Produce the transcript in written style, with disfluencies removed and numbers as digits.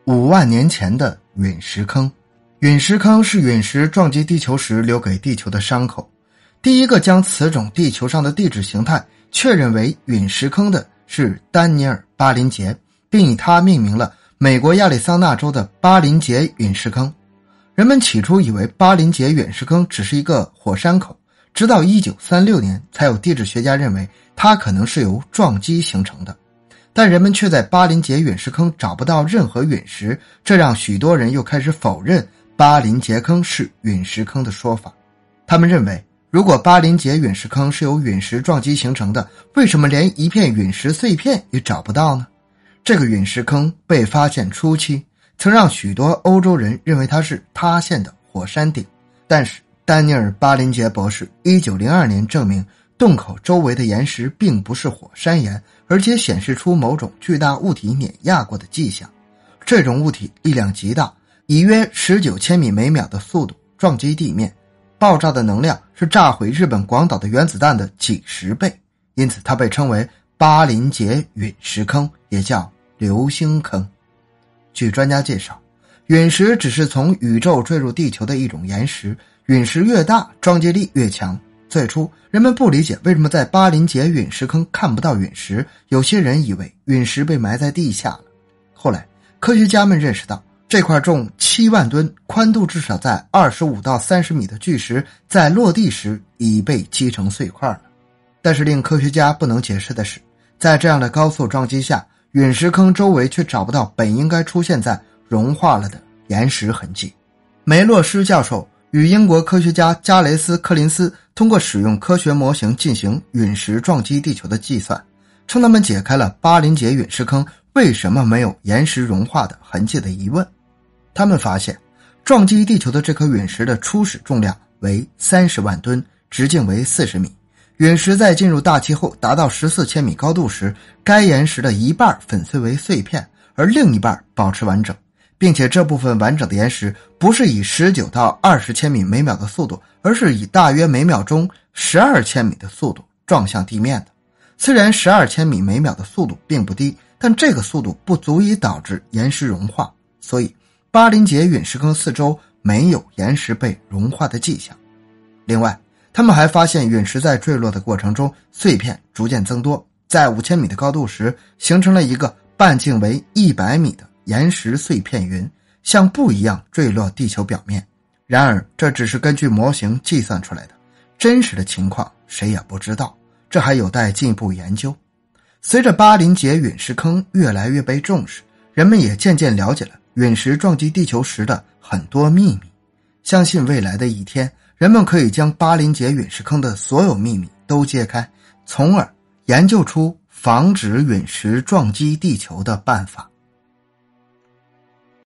5万年前的陨石坑。陨石坑是陨石撞击地球时留给地球的伤口。第一个将此种地球上的地质形态确认为陨石坑的是丹尼尔·巴林杰，并以他命名了美国亚利桑那州的巴林杰陨石坑。人们起初以为巴林杰陨石坑只是一个火山口，直到1936年才有地质学家认为它可能是由撞击形成的。但人们却在巴林杰陨石坑找不到任何陨石，这让许多人又开始否认巴林杰坑是陨石坑的说法。他们认为，如果巴林杰陨石坑是由陨石撞击形成的，为什么连一片陨石碎片也找不到呢？这个陨石坑被发现初期，曾让许多欧洲人认为它是塌陷的火山顶，但是丹尼尔·巴林杰博士1902年证明洞口周围的岩石并不是火山岩，而且显示出某种巨大物体碾压过的迹象。这种物体力量极大，以约19千米每秒的速度撞击地面，爆炸的能量是炸毁日本广岛的原子弹的几十倍，因此它被称为巴林杰陨石坑，也叫流星坑。据专家介绍，陨石只是从宇宙坠入地球的一种岩石，陨石越大，撞击力越强。最初人们不理解为什么在巴林杰陨石坑看不到陨石，有些人以为陨石被埋在地下了。后来科学家们认识到，这块重7万吨、宽度至少在25到30米的巨石在落地时已被击成碎块了。但是令科学家不能解释的是，在这样的高速撞击下，陨石坑周围却找不到本应该出现在融化了的岩石痕迹。梅洛施教授与英国科学家加雷斯·柯林斯通过使用科学模型进行陨石撞击地球的计算，称他们解开了巴林杰陨石坑为什么没有岩石融化的痕迹的疑问。他们发现，撞击地球的这颗陨石的初始重量为30万吨，直径为40米。陨石在进入大气后达到14千米高度时，该岩石的一半粉碎为碎片，而另一半保持完整，并且这部分完整的岩石不是以19到20千米每秒的速度，而是以大约每秒钟12千米的速度撞向地面的。虽然12千米每秒的速度并不低，但这个速度不足以导致岩石融化，所以巴林杰陨石坑四周没有岩石被融化的迹象。另外，他们还发现陨石在坠落的过程中碎片逐渐增多，在5000米的高度时形成了一个半径为100米的岩石碎片云，像布一样坠落地球表面。然而这只是根据模型计算出来的，真实的情况谁也不知道，这还有待进一步研究。随着巴林杰陨石坑越来越被重视，人们也渐渐了解了陨石撞击地球时的很多秘密。相信未来的一天，人们可以将巴林杰陨石坑的所有秘密都揭开，从而研究出防止陨石撞击地球的办法。